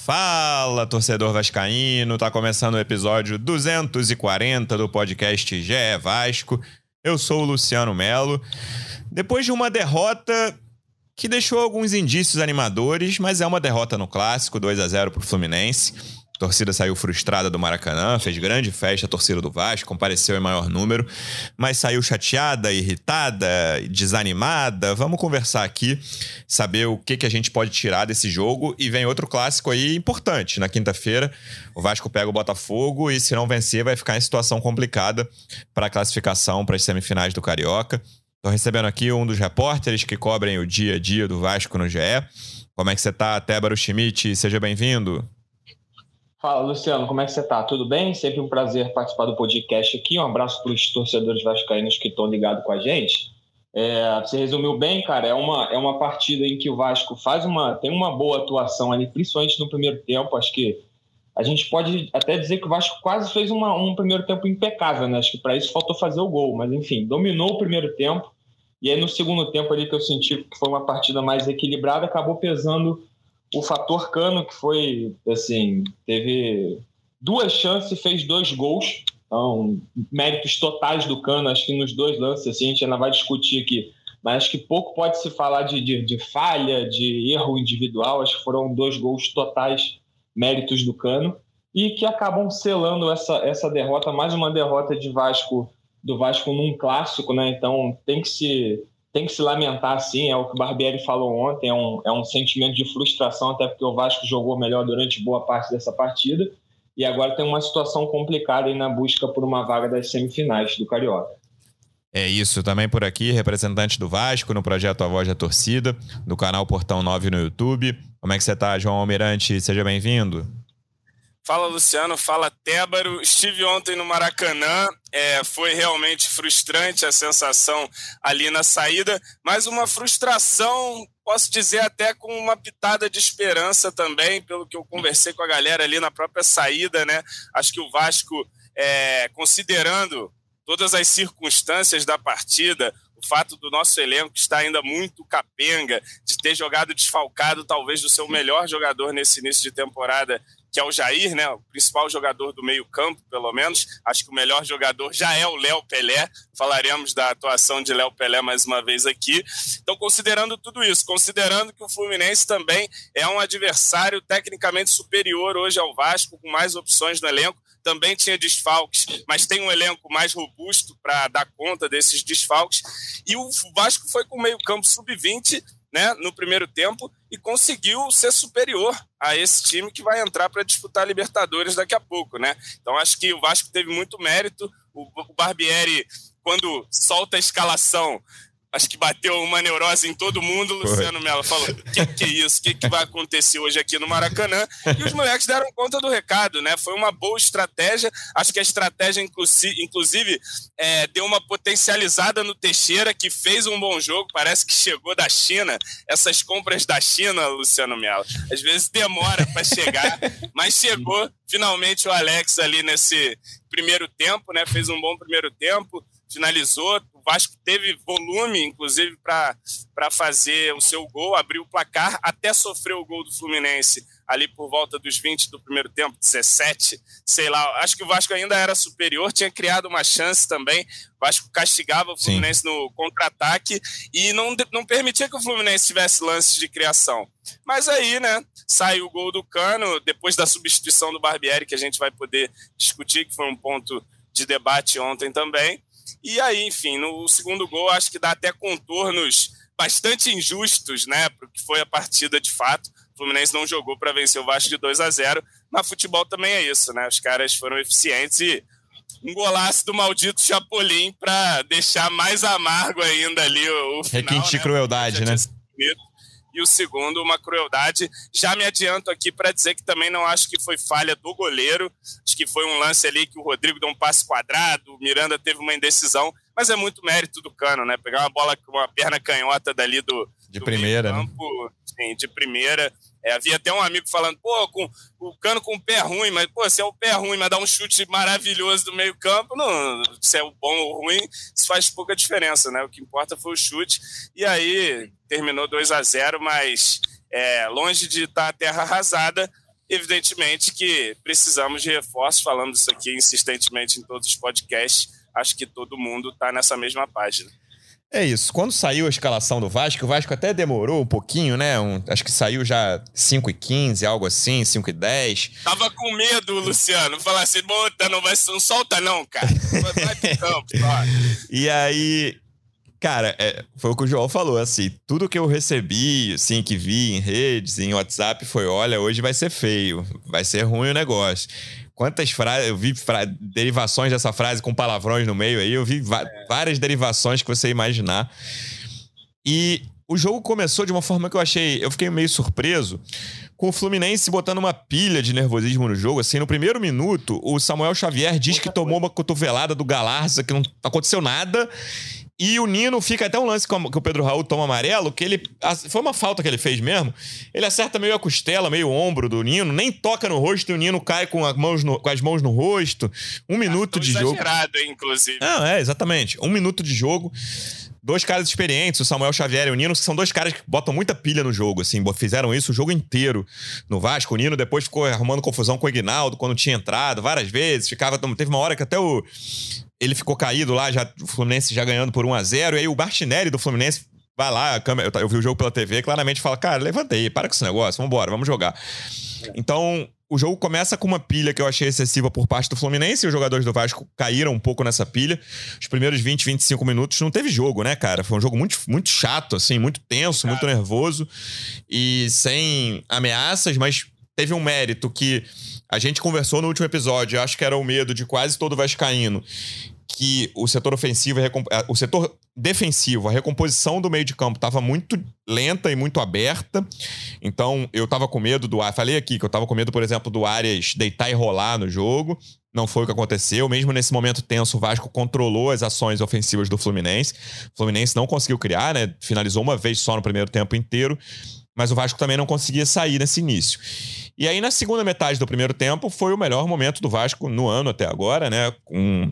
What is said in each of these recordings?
Fala, torcedor vascaíno, tá começando o episódio 240 do podcast GE Vasco. Eu sou o Luciano Melo. Depois de uma derrota que deixou alguns indícios animadores, mas é uma derrota no clássico, 2-0 pro Fluminense. A torcida saiu frustrada do Maracanã, fez grande festa a torcida do Vasco, compareceu em maior número, mas saiu chateada, irritada, desanimada. Vamos conversar aqui, saber o que a gente pode tirar desse jogo. E vem outro clássico aí importante. Na quinta-feira, o Vasco pega o Botafogo e, se não vencer, vai ficar em situação complicada para a classificação para as semifinais do Carioca. Estou recebendo aqui um dos repórteres que cobrem o dia a dia do Vasco no GE. Como é que você tá, Tébaro Schmidt? Seja bem-vindo. Fala, Luciano, como é que você tá? Tudo bem? Sempre um prazer participar do podcast aqui. Um abraço para os torcedores vascaínos que estão ligados com a gente. Você resumiu bem, cara. É uma partida em que o Vasco tem uma boa atuação ali, principalmente no primeiro tempo. Acho que a gente pode até dizer que o Vasco quase fez um primeiro tempo impecável, né? Acho que para isso faltou fazer o gol. Mas, enfim, dominou o primeiro tempo. E aí, no segundo tempo ali que eu senti que foi uma partida mais equilibrada, acabou pesando o fator Cano, que foi, assim, teve 2 chances e fez 2 gols. Então, méritos totais do Cano, acho que nos 2 lances, assim, a gente ainda vai discutir aqui, mas acho que pouco pode se falar de falha, de erro individual. Acho que foram 2 gols totais, méritos do Cano, e que acabam selando essa derrota, mais uma derrota do Vasco num clássico, né? Então tem que se lamentar, sim. É o que o Barbieri falou ontem, é um sentimento de frustração, até porque o Vasco jogou melhor durante boa parte dessa partida e agora tem uma situação complicada aí na busca por uma vaga das semifinais do Carioca. É isso, também por aqui, representante do Vasco no projeto A Voz da Torcida, do canal Portão 9 no YouTube. Como é que você tá, João Almirante? Seja bem-vindo. Fala, Luciano. Fala, Tébaro. Estive ontem no Maracanã. Foi realmente frustrante a sensação ali na saída, mas uma frustração, posso dizer, até com uma pitada de esperança também, pelo que eu conversei com a galera ali na própria saída, né? Acho que o Vasco, considerando todas as circunstâncias da partida, o fato do nosso elenco estar ainda muito capenga, de ter jogado desfalcado talvez do seu melhor jogador nesse início de temporada, que é o Jair, né? O principal jogador do meio-campo, pelo menos. Acho que o melhor jogador já é o Léo Pelé. Falaremos da atuação de Léo Pelé mais uma vez aqui. Então, considerando tudo isso, considerando que o Fluminense também é um adversário tecnicamente superior hoje ao Vasco, com mais opções no elenco, também tinha desfalques, mas tem um elenco mais robusto para dar conta desses desfalques. E o Vasco foi com o meio-campo sub-20, né, no primeiro tempo, e conseguiu ser superior a esse time que vai entrar para disputar a Libertadores daqui a pouco, né? Então acho que o Vasco teve muito mérito. O Barbieri, quando solta a escalação, acho que bateu uma neurose em todo mundo. Luciano Melo falou, que é isso? O que vai acontecer hoje aqui no Maracanã? E os moleques deram conta do recado, né? Foi uma boa estratégia. Acho que a estratégia, inclusive, deu uma potencializada no Teixeira, que fez um bom jogo. Parece que chegou da China. Essas compras da China, Luciano Melo, às vezes demora para chegar, mas chegou finalmente o Alex ali nesse primeiro tempo, né? Fez um bom primeiro tempo, finalizou. O Vasco teve volume, inclusive, para fazer o seu gol, abriu o placar, até sofreu o gol do Fluminense ali por volta dos 20 do primeiro tempo, 17, sei lá. Acho que o Vasco ainda era superior, tinha criado uma chance também. O Vasco castigava o Fluminense no contra-ataque e não permitia que o Fluminense tivesse lances de criação. Mas aí, né, saiu o gol do Cano, depois da substituição do Barbieri, que a gente vai poder discutir, que foi um ponto de debate ontem também. E aí, enfim, no segundo gol, acho que dá até contornos bastante injustos, né, para o que foi a partida de fato. O Fluminense não jogou para vencer o Vasco de 2-0, mas futebol também é isso, né? Os caras foram eficientes e um golaço do maldito Chapolin para deixar mais amargo ainda ali o final. Requinte de crueldade, né? E o segundo, uma crueldade. Já me adianto aqui para dizer que também não acho que foi falha do goleiro. Acho que foi um lance ali que o Rodrigo deu um passe quadrado, o Miranda teve uma indecisão, mas é muito mérito do Cano, né? Pegar uma bola com uma perna canhota dali do primeira, campo, né? Sim, de primeira. Havia até um amigo falando, com o Cano com o pé ruim, mas, se é o pé ruim, mas dá um chute maravilhoso do meio campo, não, se é o bom ou ruim, isso faz pouca diferença, né? O que importa foi o chute. E aí terminou 2-0, mas longe de estar a terra arrasada, Evidentemente que precisamos de reforços, falamos isso aqui insistentemente em todos os podcasts, acho que todo mundo está nessa mesma página. É isso. Quando saiu a escalação do Vasco, o Vasco até demorou um pouquinho, né? Acho que saiu já 5h15, algo assim, 5h10. Tava com medo, Luciano. Falar assim, bota, não solta não, cara. Vai pro campo, só. E aí, cara, foi o que o João falou, assim, tudo que eu recebi, assim, que vi em redes, em WhatsApp, foi, olha, hoje vai ser feio, vai ser ruim o negócio. Quantas frases, eu vi derivações dessa frase com palavrões no meio aí, eu vi várias derivações que você imaginar. E o jogo começou de uma forma que eu fiquei meio surpreso, com o Fluminense botando uma pilha de nervosismo no jogo. Assim, no primeiro minuto, o Samuel Xavier diz que tomou uma cotovelada do Galarza, que não aconteceu nada. E o Nino fica até um lance que o Pedro Raul toma amarelo, que ele... Foi uma falta que ele fez mesmo. Ele acerta meio a costela, meio o ombro do Nino, nem toca no rosto e o Nino cai com as mãos no rosto. 1 minuto de jogo. Exagerado, hein, inclusive. Não, exatamente. 1 minuto de jogo. 2 caras experientes, o Samuel Xavier e o Nino, que são 2 caras que botam muita pilha no jogo, assim, fizeram isso o jogo inteiro no Vasco. O Nino depois ficou arrumando confusão com o Aguinaldo quando tinha entrado várias vezes, teve uma hora que até ele ficou caído lá, o Fluminense já ganhando por 1-0, e aí o Martinelli do Fluminense vai lá, eu vi o jogo pela TV, claramente fala, cara, levanta aí, para com esse negócio, vambora, vamos jogar. Então, o jogo começa com uma pilha que eu achei excessiva por parte do Fluminense, e os jogadores do Vasco caíram um pouco nessa pilha. Os primeiros 20, 25 minutos não teve jogo, né, cara? Foi um jogo muito, muito chato, assim, muito tenso, muito nervoso, e sem ameaças, mas teve um mérito que a gente conversou no último episódio, eu acho que era o medo de quase todo vascaíno, que o setor ofensivo, o setor defensivo, a recomposição do meio de campo estava muito lenta e muito aberta. Então, eu tava com medo falei aqui que eu tava com medo, por exemplo, do Arias deitar e rolar no jogo. Não foi o que aconteceu. Mesmo nesse momento tenso, o Vasco controlou as ações ofensivas do Fluminense. O Fluminense não conseguiu criar, né? Finalizou uma vez só no primeiro tempo inteiro. Mas o Vasco também não conseguia sair nesse início. E aí, na segunda metade do primeiro tempo, foi o melhor momento do Vasco no ano até agora, né? Com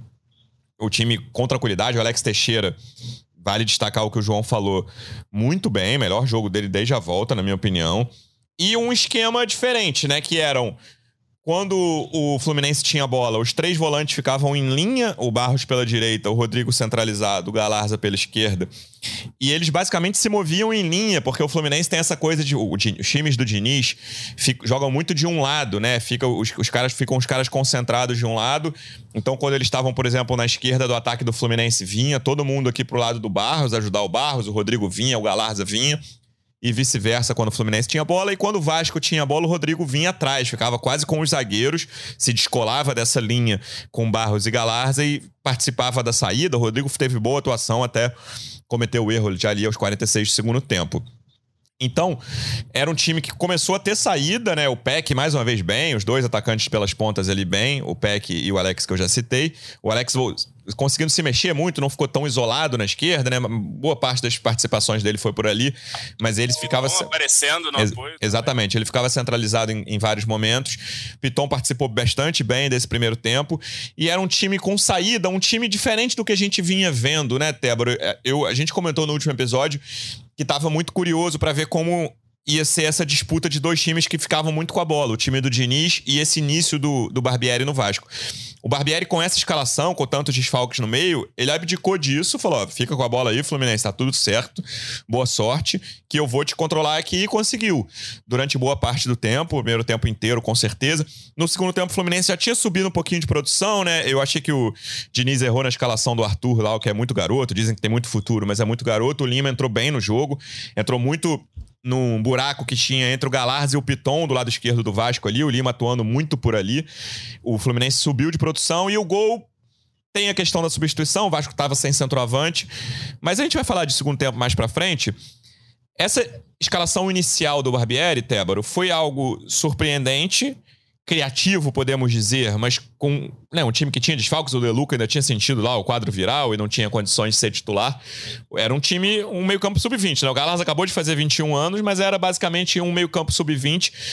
o time com tranquilidade, o Alex Teixeira, vale destacar o que o João falou, muito bem, melhor jogo dele desde a volta, na minha opinião. E um esquema diferente, né? Que eram, quando o Fluminense tinha bola, os 3 volantes ficavam em linha, o Barros pela direita, o Rodrigo centralizado, o Galarza pela esquerda. E eles basicamente se moviam em linha, porque o Fluminense tem essa coisa de... Os times do Diniz jogam muito de um lado, né? Os caras concentrados de um lado. Então, quando eles estavam, por exemplo, na esquerda do ataque do Fluminense, vinha todo mundo aqui pro lado do Barros, ajudar o Barros, o Rodrigo vinha, o Galarza vinha. E vice-versa quando o Fluminense tinha bola. E quando o Vasco tinha bola, o Rodrigo vinha atrás. Ficava quase com os zagueiros, se descolava dessa linha com Barros e Galarza e participava da saída. O Rodrigo teve boa atuação até cometer o erro já ali aos 46 do segundo tempo. Então, era um time que começou a ter saída, né? O Peck, mais uma vez, bem. Os 2 atacantes pelas pontas ali, bem. O Peck e o Alex, que eu já citei. O Alex conseguindo se mexer muito, não ficou tão isolado na esquerda, né? Boa parte das participações dele foi por ali. Mas ele ficava... aparecendo no apoio. Exatamente. Ele ficava centralizado em vários momentos. Piton participou bastante bem desse primeiro tempo. E era um time com saída, um time diferente do que a gente vinha vendo, né, Tébaro? A gente comentou no último episódio que estava muito curioso para ver como ia ser essa disputa de 2 times que ficavam muito com a bola, o time do Diniz e esse início do Barbieri no Vasco. O Barbieri, com essa escalação, com tantos desfalques no meio, ele abdicou disso, falou, fica com a bola aí, Fluminense, tá tudo certo, boa sorte, que eu vou te controlar aqui, e conseguiu. Durante boa parte do tempo, o primeiro tempo inteiro, com certeza. No segundo tempo, o Fluminense já tinha subido um pouquinho de produção, né? Eu achei que o Diniz errou na escalação do Arthur lá, o que é muito garoto, dizem que tem muito futuro, mas é muito garoto. O Lima entrou bem no jogo, entrou muito num buraco que tinha entre o Galarza e o Piton do lado esquerdo do Vasco ali, o Lima atuando muito por ali. O Fluminense subiu de produção e o gol tem a questão da substituição, o Vasco estava sem centroavante, mas a gente vai falar de segundo tempo mais pra frente. Essa escalação inicial do Barbieri, Tébaro, foi algo surpreendente, criativo, podemos dizer, mas com um time que tinha desfalques, o De Luca ainda tinha sentido lá o quadro viral e não tinha condições de ser titular. Era um meio-campo sub-20, né? O Galarza acabou de fazer 21 anos, mas era basicamente um meio-campo sub-20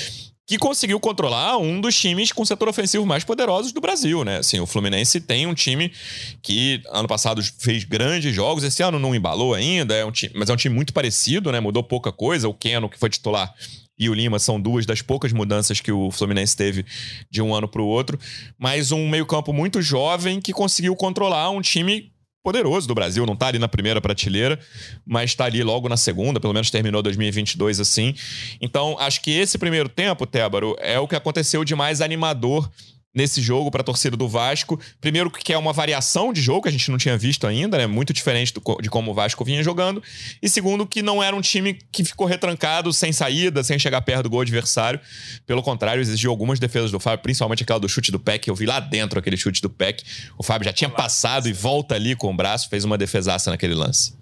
que conseguiu controlar um dos times com setor ofensivo mais poderosos do Brasil, né? Assim, o Fluminense tem um time que ano passado fez grandes jogos, esse ano não embalou ainda, mas é um time muito parecido, né? Mudou pouca coisa, o Keno, que foi titular, e o Lima são duas das poucas mudanças que o Fluminense teve de um ano para o outro, mas um meio-campo muito jovem que conseguiu controlar um time poderoso do Brasil, não tá ali na primeira prateleira, mas tá ali logo na segunda, pelo menos terminou 2022 assim. Então, acho que esse primeiro tempo, Tébaro, é o que aconteceu de mais animador nesse jogo para a torcida do Vasco. Primeiro, que é uma variação de jogo que a gente não tinha visto ainda, né? Muito diferente de como o Vasco vinha jogando. E segundo, que não era um time que ficou retrancado, sem saída, sem chegar perto do gol adversário. Pelo contrário, exigiu algumas defesas do Fábio, principalmente aquela do chute do Peck. Eu vi lá dentro aquele chute do Peck. O Fábio já tinha passado e volta ali com o braço, fez uma defesaça naquele lance.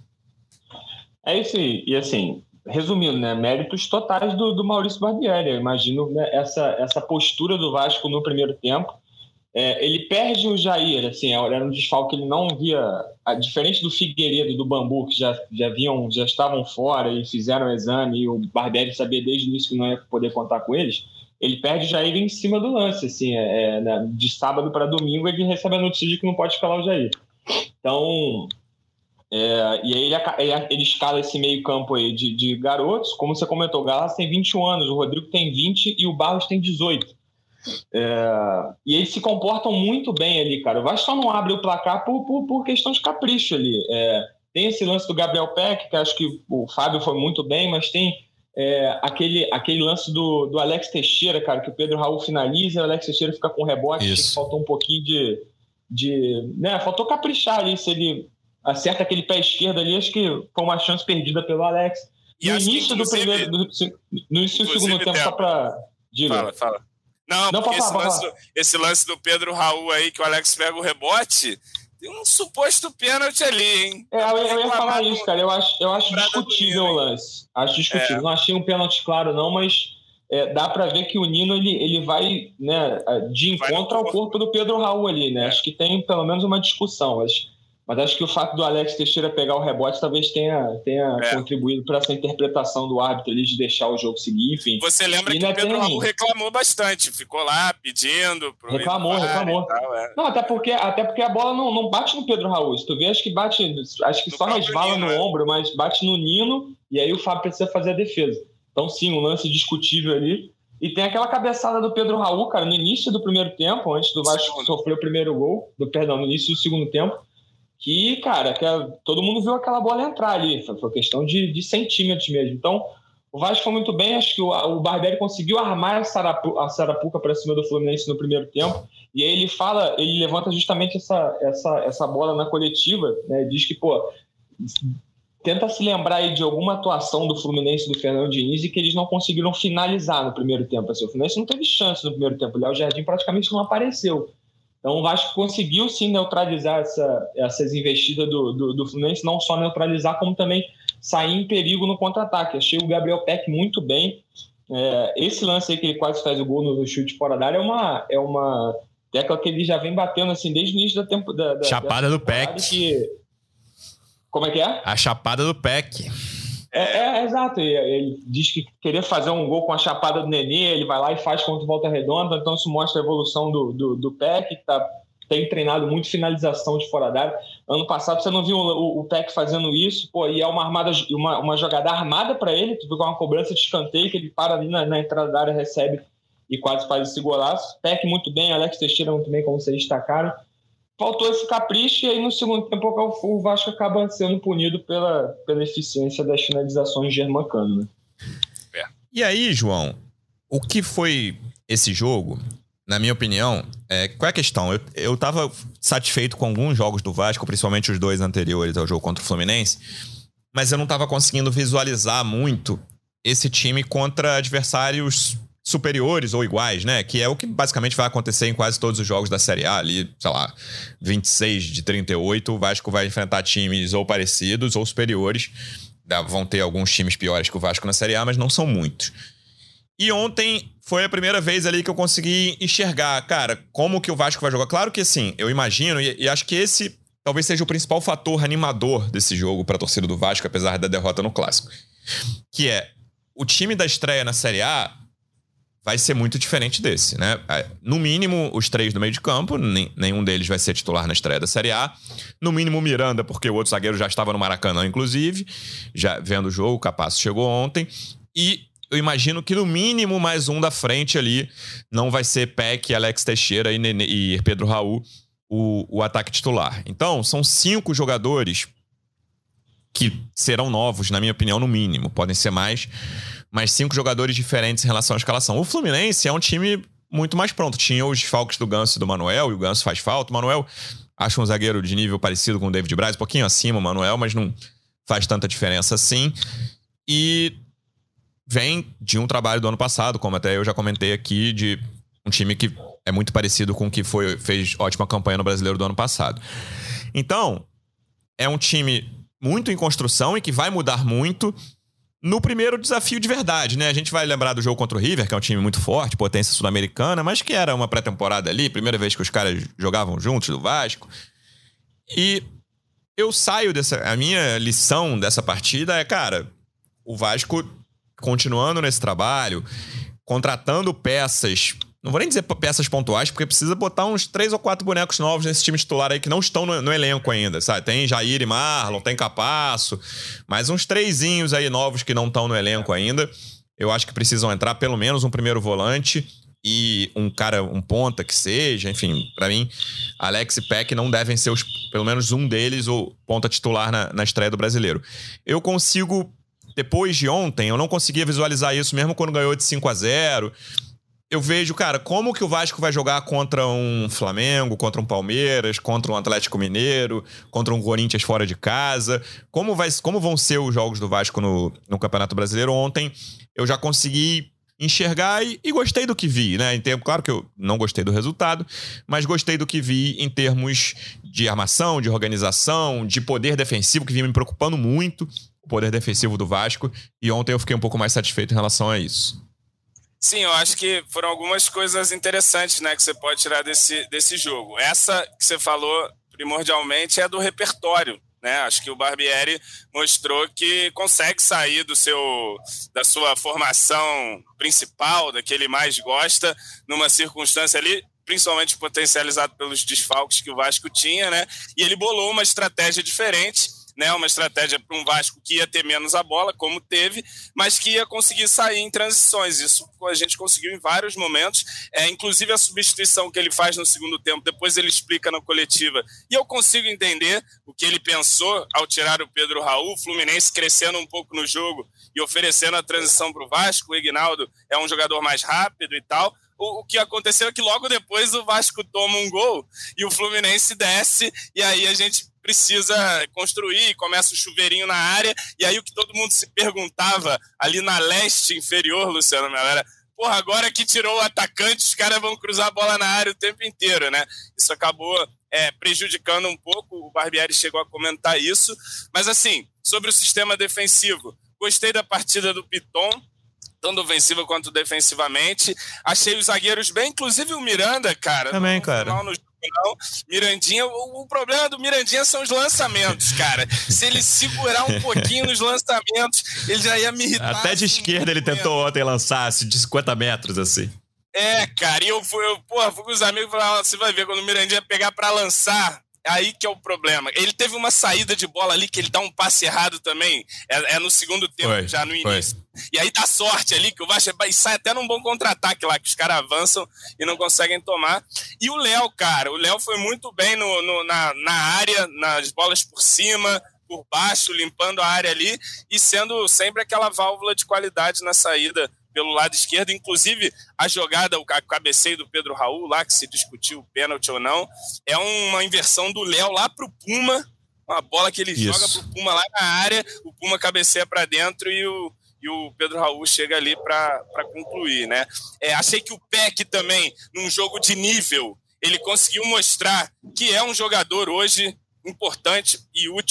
É isso aí. E assim, resumindo, né, méritos totais do Maurício Barbieri. Eu imagino, né, essa postura do Vasco no primeiro tempo. Ele perde o Jair, assim, era um desfalque que ele não via, diferente do Figueiredo, do Bambu, que já estavam fora e fizeram o exame, e o Barbieri sabia desde o início que não ia poder contar com eles. Ele perde o Jair em cima do lance, assim, de sábado para domingo ele recebe a notícia de que não pode escalar o Jair. Então, e aí ele escala esse meio campo aí de garotos, como você comentou, o Galás tem 21 anos, o Rodrigo tem 20 e o Barros tem 18. E eles se comportam muito bem ali, cara. O Vasco só não abre o placar por questão de capricho ali. Tem esse lance do Gabriel Peck, que acho que o Fábio foi muito bem, mas tem aquele lance do Alex Teixeira, cara, que o Pedro Raul finaliza e o Alex Teixeira fica com rebote. Acho que faltou um pouquinho né, faltou caprichar ali. Se ele acerta aquele pé esquerdo ali, acho que foi uma chance perdida pelo Alex. No início do segundo tempo, só pra... Fala. Não, porque esse lance do Pedro Raul aí, que o Alex pega o rebote, tem um suposto pênalti ali, hein? Eu ia falar isso, cara. Eu acho discutível o lance. Acho discutível. Não achei um pênalti claro, não, mas dá pra ver que o Nino, ele vai, né, de encontro ao corpo do Pedro Raul ali, né? Acho que tem pelo menos uma discussão, mas acho que o fato do Alex Teixeira pegar o rebote talvez tenha contribuído para essa interpretação do árbitro ali de deixar o jogo seguir, enfim. Você lembra que o Pedro Raul reclamou bastante, ficou lá pedindo... Reclamou. Tal, Não, até porque a bola não bate no Pedro Raul. Se tu vê, acho que só resvala no ombro, mas bate no Nino e aí o Fábio precisa fazer a defesa. Então sim, um lance discutível ali. E tem aquela cabeçada do Pedro Raul, cara, no início do primeiro tempo, antes do Vasco sofrer o primeiro gol, no início do segundo tempo, que, cara, todo mundo viu aquela bola entrar ali. Foi questão de centímetros mesmo. Então, o Vasco foi muito bem. Acho que o Barbieri conseguiu armar a Sarapuca para cima do Fluminense no primeiro tempo. E aí ele levanta justamente essa bola na coletiva, né? Diz que, tenta se lembrar aí de alguma atuação do Fluminense, do Fernando Diniz, e que eles não conseguiram finalizar no primeiro tempo. Assim, o Fluminense não teve chance no primeiro tempo. O Léo Jardim praticamente não apareceu. Então o Vasco conseguiu sim neutralizar essas investidas do Fluminense, não só neutralizar, como também sair em perigo no contra-ataque. Achei o Gabriel Peck muito bem. Esse lance aí que ele quase faz o gol no chute fora da área é uma tecla que ele já vem batendo assim desde o início da chapada do Peck. Como é que é? A chapada do Peck. Exato. Ele diz que queria fazer um gol com a chapada do Nenê, ele vai lá e faz contra o Volta Redonda, então isso mostra a evolução do Peck, que tem treinado muito finalização de fora da área. Ano passado você não viu o Peck fazendo isso, e é uma jogada armada para ele, tu viu com uma cobrança de escanteio, que ele para ali na entrada da área, recebe e quase faz esse golaço. Peck muito bem, Alex Teixeira muito bem, como vocês destacaram. Faltou esse capricho e aí no segundo tempo o Vasco acaba sendo punido pela eficiência das finalizações de Germancano, né? E aí, João, o que foi esse jogo, na minha opinião, qual é a questão? Eu tava satisfeito com alguns jogos do Vasco, principalmente os 2 anteriores ao jogo contra o Fluminense, mas eu não tava conseguindo visualizar muito esse time contra adversários superiores ou iguais, né? Que é o que basicamente vai acontecer em quase todos os jogos da Série A. Ali, sei lá, 26 de 38, o Vasco vai enfrentar times ou parecidos ou superiores. Vão ter alguns times piores que o Vasco na Série A, mas não são muitos. E ontem foi a primeira vez ali que eu consegui enxergar, cara, como que o Vasco vai jogar. Claro que assim, eu imagino, e acho que esse talvez seja o principal fator animador desse jogo para a torcida do Vasco, apesar da derrota no Clássico. Que é, o time da estreia na Série A vai ser muito diferente desse, né? No mínimo, os 3 do meio de campo, nenhum deles vai ser titular na estreia da Série A. No mínimo, o Miranda, porque o outro zagueiro já estava no Maracanã, inclusive, já vendo o jogo, o Capasso chegou ontem. E eu imagino que no mínimo mais um da frente ali não vai ser Peck, Alex Teixeira e Pedro Raul o ataque titular. Então, são 5 jogadores que serão novos, na minha opinião, no mínimo. Podem ser mais, mas 5 jogadores diferentes em relação à escalação. O Fluminense é um time muito mais pronto. Tinha os desfalques do Ganso e do Manuel, e o Ganso faz falta. O Manuel, acho um zagueiro de nível parecido com o David Braz, um pouquinho acima o Manuel, mas não faz tanta diferença assim. E vem de um trabalho do ano passado, como até eu já comentei aqui, de um time que é muito parecido com o que fez ótima campanha no Brasileiro do ano passado. Então, é um time muito em construção e que vai mudar muito no primeiro desafio de verdade, né? A gente vai lembrar do jogo contra o River, que é um time muito forte, potência sul-americana, mas que era uma pré-temporada ali, primeira vez que os caras jogavam juntos do Vasco. E eu saio a minha lição dessa partida é, cara, o Vasco continuando nesse trabalho, contratando peças, não vou nem dizer peças pontuais, porque precisa botar uns 3 ou 4 bonecos novos nesse time titular aí que não estão no elenco ainda, sabe? Tem Jair e Marlon, tem Capasso, mas uns 3zinhos aí novos que não estão no elenco ainda. Eu acho que precisam entrar pelo menos um primeiro volante e um ponta que seja, enfim, pra mim, Alex e Peck não devem ser pelo menos um deles o ponta titular na estreia do Brasileiro. Eu consigo, depois de ontem, eu não conseguia visualizar isso mesmo quando ganhou de 5-0. Eu vejo, cara, como que o Vasco vai jogar contra um Flamengo, contra um Palmeiras, contra um Atlético Mineiro, contra um Corinthians fora de casa. Como vão ser os jogos do Vasco no Campeonato Brasileiro? Ontem eu já consegui enxergar e gostei do que vi, né? Claro que eu não gostei do resultado, mas gostei do que vi em termos de armação, de organização, de poder defensivo, que vinha me preocupando muito, o poder defensivo do Vasco. E ontem eu fiquei um pouco mais satisfeito em relação a isso. Sim, eu acho que foram algumas coisas interessantes, né, que você pode tirar desse jogo. Essa que você falou, primordialmente, é do repertório, né? Acho que o Barbieri mostrou que consegue sair da sua formação principal, da que ele mais gosta, numa circunstância ali, principalmente potencializado pelos desfalques que o Vasco tinha, né? E ele bolou uma estratégia diferente, né, uma estratégia para um Vasco que ia ter menos a bola, como teve, mas que ia conseguir sair em transições. Isso a gente conseguiu em vários momentos, inclusive a substituição que ele faz no segundo tempo, depois ele explica na coletiva, e eu consigo entender o que ele pensou ao tirar o Pedro Raul, o Fluminense crescendo um pouco no jogo e oferecendo a transição para o Vasco. O Ignaldo é um jogador mais rápido e tal. O que aconteceu é que logo depois o Vasco toma um gol e o Fluminense desce, e aí a gente precisa construir, começa o chuveirinho na área, e aí o que todo mundo se perguntava ali na leste inferior, Luciano, era, porra, agora que tirou o atacante, os caras vão cruzar a bola na área o tempo inteiro, né? Isso acabou prejudicando um pouco, o Barbieri chegou a comentar isso, mas assim, sobre o sistema defensivo, gostei da partida do Piton, tanto ofensiva quanto defensivamente, achei os zagueiros bem, inclusive o Miranda, cara. Também, cara. Não, Mirandinha, o problema do Mirandinha são os lançamentos, cara. Se ele segurar um pouquinho nos lançamentos, ele já ia me irritar. Até de esquerda ele tentou ontem lançar de 50 metros, assim. Cara, e eu fui com os amigos e falei, você vai ver, quando o Mirandinha pegar pra lançar, aí que é o problema. Ele teve uma saída de bola ali que ele dá um passe errado também. É no segundo tempo, já no início. E aí dá sorte ali que o Vasco sai até num bom contra-ataque lá, que os caras avançam e não conseguem tomar. E o Léo, cara, o Léo foi muito bem na área, nas bolas por cima, por baixo, limpando a área ali e sendo sempre aquela válvula de qualidade na saída pelo lado esquerdo, inclusive a jogada, o cabeceio do Pedro Raul lá, que se discutiu pênalti ou não, é uma inversão do Léo lá pro Puma, uma bola que ele joga pro Puma lá na área, o Puma cabeceia para dentro e o Pedro Raul chega ali para concluir, né? Achei que o Peck também, num jogo de nível, ele conseguiu mostrar que é um jogador hoje importante e útil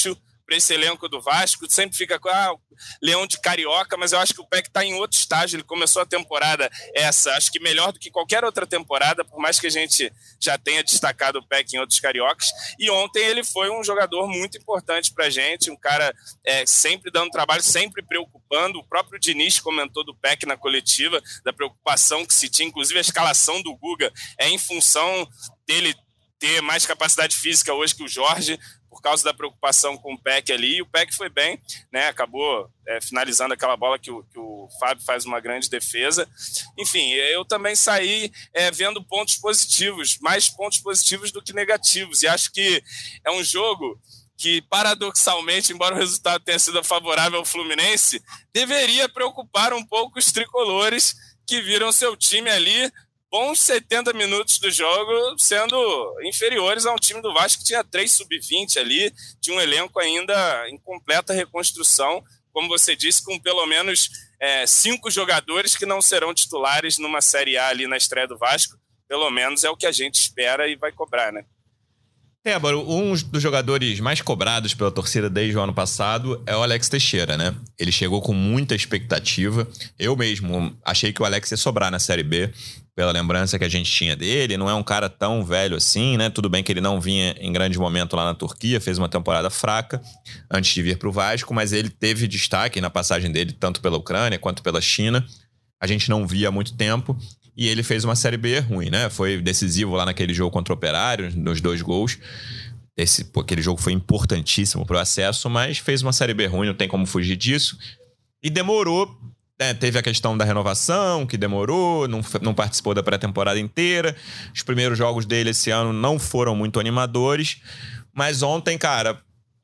para esse elenco do Vasco. Sempre fica com Leão de Carioca, mas eu acho que o Peck está em outro estágio. Ele começou a temporada acho que melhor do que qualquer outra temporada, por mais que a gente já tenha destacado o Peck em outros cariocas. E ontem ele foi um jogador muito importante para a gente, um cara sempre dando trabalho, sempre preocupando. O próprio Diniz comentou do Peck na coletiva, da preocupação que se tinha, inclusive a escalação do Guga é em função dele ter mais capacidade física hoje que o Jorge, por causa da preocupação com o Peck ali, e o Peck foi bem, né? Acabou finalizando aquela bola que o Fábio faz uma grande defesa. Enfim, eu também saí vendo pontos positivos, mais pontos positivos do que negativos, e acho que é um jogo que, paradoxalmente, embora o resultado tenha sido favorável ao Fluminense, deveria preocupar um pouco os tricolores que viram seu time ali bons 70 minutos do jogo sendo inferiores a um time do Vasco que tinha 3 sub-20 ali, de um elenco ainda em completa reconstrução, como você disse, com pelo menos 5 jogadores que não serão titulares numa Série A ali na estreia do Vasco. Pelo menos é o que a gente espera e vai cobrar, né? Tébaro, um dos jogadores mais cobrados pela torcida desde o ano passado é o Alex Teixeira, né? Ele chegou com muita expectativa. Eu mesmo achei que o Alex ia sobrar na Série B, pela lembrança que a gente tinha dele. Não é um cara tão velho assim, né? Tudo bem que ele não vinha em grande momento lá na Turquia, fez uma temporada fraca antes de vir para o Vasco, mas ele teve destaque na passagem dele, tanto pela Ucrânia quanto pela China. A gente não via há muito tempo. E ele fez uma Série B ruim, né? Foi decisivo lá naquele jogo contra o Operário, nos 2 gols. Aquele jogo foi importantíssimo pro acesso, mas fez uma Série B ruim, não tem como fugir disso. E demorou, né? Teve a questão da renovação, que demorou, não participou da pré-temporada inteira. Os primeiros jogos dele esse ano não foram muito animadores. Mas ontem, cara,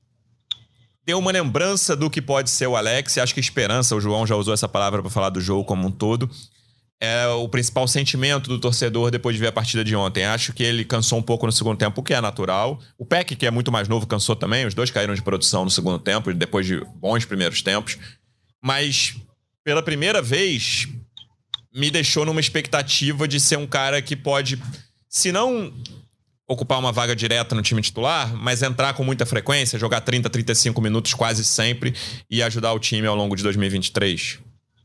deu uma lembrança do que pode ser o Alex. E acho que esperança, o João já usou essa palavra para falar do jogo como um todo, é o principal sentimento do torcedor depois de ver a partida de ontem. Acho que ele cansou um pouco no segundo tempo, o que é natural. O Peck, que é muito mais novo, cansou também. Os dois caíram de produção no segundo tempo, depois de bons primeiros tempos. Mas, pela primeira vez, me deixou numa expectativa de ser um cara que pode, se não ocupar uma vaga direta no time titular, mas entrar com muita frequência, jogar 30, 35 minutos quase sempre e ajudar o time ao longo de 2023.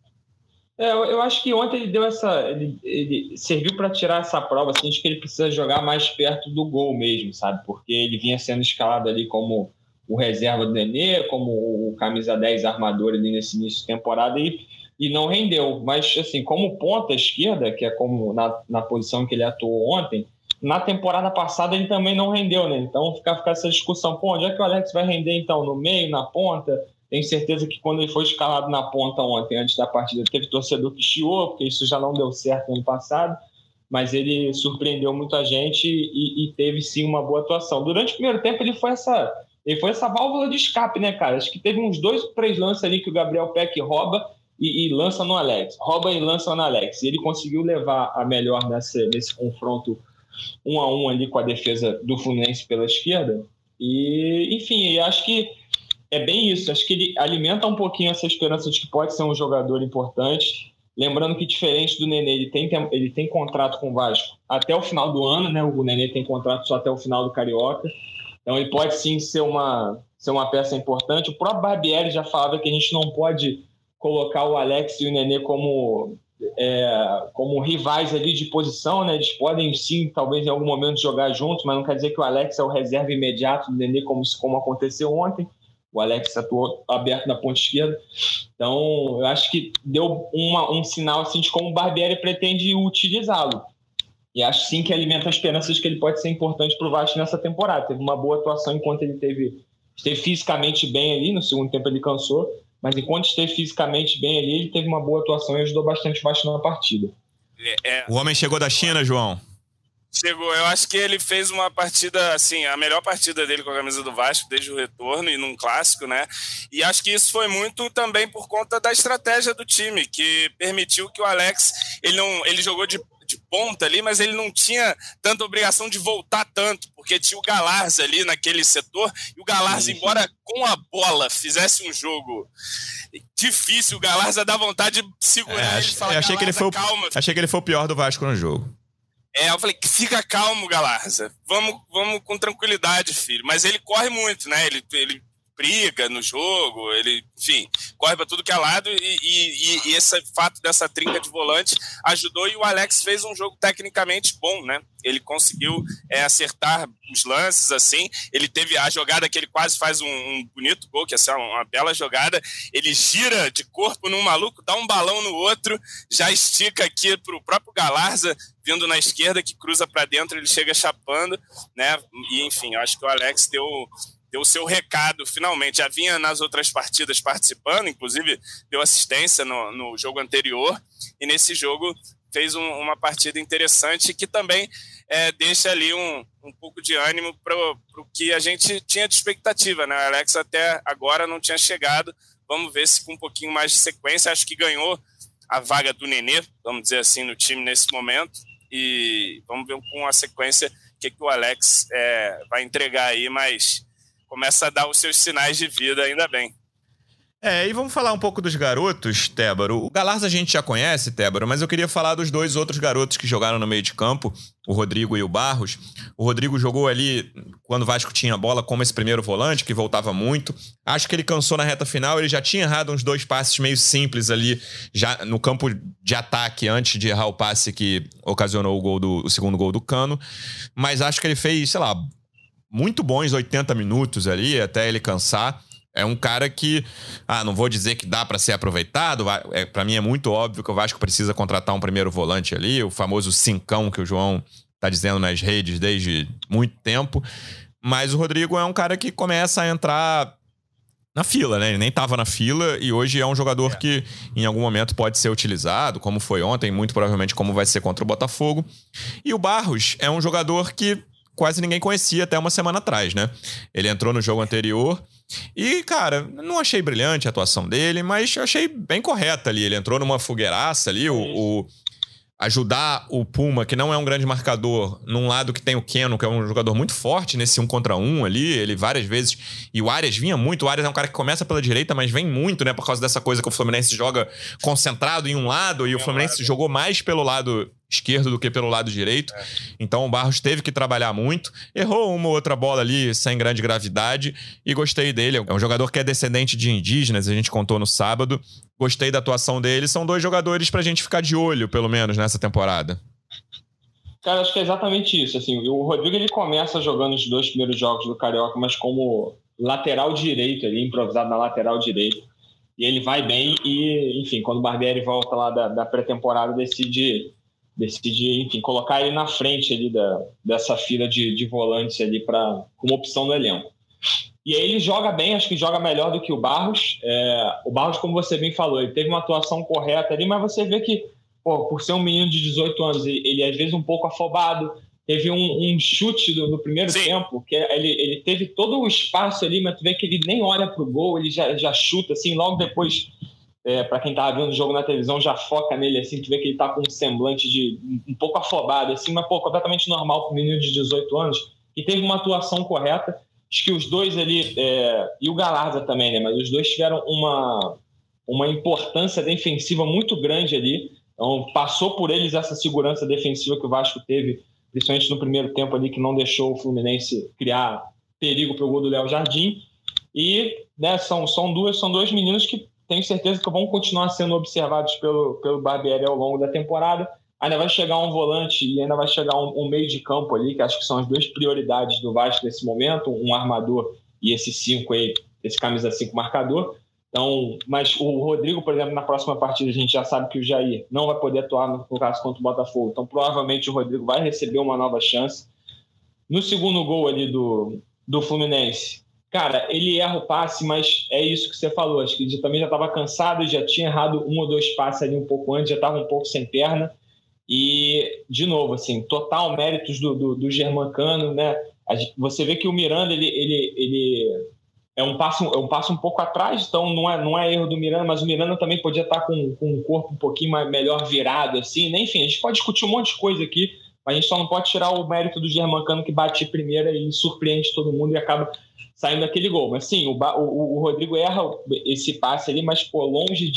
Eu acho que ontem ele deu ele serviu para tirar essa prova, assim, de que ele precisa jogar mais perto do gol mesmo, sabe? Porque ele vinha sendo escalado ali como o reserva do Nenê, como o camisa 10 armador ali nesse início de temporada e não rendeu. Mas, assim, como ponta esquerda, que é como na posição que ele atuou ontem, na temporada passada ele também não rendeu, né? Então fica essa discussão, onde é que o Alex vai render então? No meio, na ponta? Tenho certeza que quando ele foi escalado na ponta ontem, antes da partida, teve torcedor que chiou, porque isso já não deu certo no ano passado, mas ele surpreendeu muita gente e teve sim uma boa atuação. Durante o primeiro tempo ele foi essa válvula de escape, né, cara? Acho que teve uns 2 ou 3 lances ali que o Gabriel Peck rouba e lança no Alex. Rouba e lança no Alex. E ele conseguiu levar a melhor nesse confronto 1-1 ali com a defesa do Fluminense pela esquerda. E, enfim, acho que é bem isso. Acho que ele alimenta um pouquinho essa esperança de que pode ser um jogador importante. Lembrando que, diferente do Nenê, ele tem contrato com o Vasco até o final do ano, né? O Nenê tem contrato só até o final do Carioca. Então, ele pode sim ser uma peça importante. O próprio Barbieri já falava que a gente não pode colocar o Alex e o Nenê como rivais ali de posição, né? Eles podem sim, talvez em algum momento, jogar juntos, mas não quer dizer que o Alex é o reserva imediato do Nenê, como aconteceu ontem. O Alex atuou aberto na ponta esquerda. Então, eu acho que deu um sinal assim, de como o Barbieri pretende utilizá-lo. E acho sim que alimenta a esperança de que ele pode ser importante para o Vasco nessa temporada. Teve uma boa atuação enquanto ele esteve fisicamente bem ali. No segundo tempo ele cansou, mas enquanto esteve fisicamente bem ali, ele teve uma boa atuação e ajudou bastante o Vasco na partida. O homem chegou da China, João? Chegou. Eu acho que ele fez uma partida, assim, a melhor partida dele com a camisa do Vasco desde o retorno e num clássico, né? E acho que isso foi muito também por conta da estratégia do time, que permitiu que o Alex, ele jogou de ponta ali, mas ele não tinha tanta obrigação de voltar tanto, porque tinha o Galarza ali naquele setor, e o Galarza, embora com a bola fizesse um jogo difícil, o Galarza dá vontade de segurar ele e falar, calma. Achei que ele foi o pior do Vasco no jogo. Eu falei, fica calmo, Galarza. Vamos com tranquilidade, filho. Mas ele corre muito, né? Ele briga no jogo, ele, enfim, corre para tudo que é lado, e esse fato dessa trinca de volante ajudou, e o Alex fez um jogo tecnicamente bom, né? Ele conseguiu acertar os lances, assim, ele teve a jogada que ele quase faz um bonito gol, que é uma bela jogada, ele gira de corpo num maluco, dá um balão no outro, já estica aqui pro próprio Galarza, vindo na esquerda, que cruza para dentro, ele chega chapando, né? E, enfim, eu acho que o Alex deu o seu recado, finalmente. Já vinha nas outras partidas participando, inclusive deu assistência no jogo anterior, e nesse jogo fez uma partida interessante que também deixa ali um pouco de ânimo para o que a gente tinha de expectativa, né? O Alex até agora não tinha chegado, vamos ver se com um pouquinho mais de sequência, acho que ganhou a vaga do Nenê, vamos dizer assim, no time nesse momento, e vamos ver com a sequência o que o Alex vai entregar aí, mas começa a dar os seus sinais de vida, ainda bem. E vamos falar um pouco dos garotos, Tébaro. O Galarza a gente já conhece, Tébaro, mas eu queria falar dos dois outros garotos que jogaram no meio de campo, o Rodrigo e o Barros. O Rodrigo jogou ali, quando o Vasco tinha a bola, como esse primeiro volante, que voltava muito. Acho que ele cansou na reta final, ele já tinha errado uns 2 passes meio simples ali, já no campo de ataque, antes de errar o passe que ocasionou o segundo gol do Cano. Mas acho que ele fez, sei lá, muito bons 80 minutos ali, até ele cansar. É um cara que, não vou dizer que dá para ser aproveitado, para mim é muito óbvio que o Vasco precisa contratar um primeiro volante ali, o famoso cincão que o João tá dizendo nas redes desde muito tempo, mas o Rodrigo é um cara que começa a entrar na fila, né? Ele nem tava na fila e hoje é um jogador que em algum momento pode ser utilizado, como foi ontem, muito provavelmente como vai ser contra o Botafogo. E o Barros é um jogador que quase ninguém conhecia até uma semana atrás, né? Ele entrou no jogo anterior e, cara, não achei brilhante a atuação dele, mas achei bem correta ali. Ele entrou numa fogueiraça ali, ajudar o Puma, que não é um grande marcador, num lado que tem o Keno, que é um jogador muito forte nesse 1 contra 1 ali, ele várias vezes, e o Arias vinha muito, o Arias é um cara que começa pela direita, mas vem muito, né, por causa dessa coisa que o Fluminense joga concentrado em um lado, e o Fluminense jogou mais pelo lado esquerdo do que pelo lado direito, então o Barros teve que trabalhar muito, errou uma ou outra bola ali sem grande gravidade, e gostei dele, é um jogador que é descendente de indígenas, a gente contou no sábado, gostei da atuação dele, são 2 jogadores pra gente ficar de olho, pelo menos, nessa temporada. Cara, acho que é exatamente isso, assim, o Rodrigo ele começa jogando os 2 primeiros jogos do Carioca, mas como lateral direito, ali, improvisado na lateral direita, e ele vai bem e, enfim, quando o Barbieri volta lá da pré-temporada, decide, enfim, colocar ele na frente ali dessa fila de volantes ali como opção no elenco. E aí ele joga bem, acho que joga melhor do que o Barros. O Barros, como você bem falou, ele teve uma atuação correta ali, mas você vê que, por ser um menino de 18 anos, ele às vezes um pouco afobado. Teve um chute no primeiro tempo, que ele teve todo o espaço ali, mas tu vê que ele nem olha pro gol, ele já chuta, assim, logo depois... para quem tava vendo o jogo na televisão, já foca nele, assim, tu vê que ele tá com um semblante de um pouco afobado, assim, mas, completamente normal para um menino de 18 anos, e teve uma atuação correta. Acho que os dois ali, e o Galarza também, né, mas os dois tiveram uma importância defensiva muito grande ali, então passou por eles essa segurança defensiva que o Vasco teve, principalmente no primeiro tempo ali, que não deixou o Fluminense criar perigo pro gol do Léo Jardim, e, né, são dois meninos que tenho certeza que vão continuar sendo observados pelo Barbieri ao longo da temporada. Ainda vai chegar um volante e ainda vai chegar um meio de campo ali, que acho que são as 2 prioridades do Vasco nesse momento, um armador e esse 5 aí, esse camisa 5 marcador. Então, mas o Rodrigo, por exemplo, na próxima partida a gente já sabe que o Jair não vai poder atuar no caso contra o Botafogo, então provavelmente o Rodrigo vai receber uma nova chance. No segundo gol ali do Fluminense, cara, ele erra o passe, mas é isso que você falou. Acho que ele também já estava cansado, já tinha errado 1 ou 2 passes ali um pouco antes, já estava um pouco sem perna. E, de novo, assim, total méritos do Germancano, né? Você vê que o Miranda, ele é um passo um pouco atrás, então não é erro do Miranda, mas o Miranda também podia estar com o corpo um pouquinho melhor virado, assim, né? Enfim, a gente pode discutir um monte de coisa aqui, mas a gente só não pode tirar o mérito do Germancano, que bate primeira e surpreende todo mundo e acaba saindo daquele gol. Mas sim, o Rodrigo erra esse passe ali, mas longe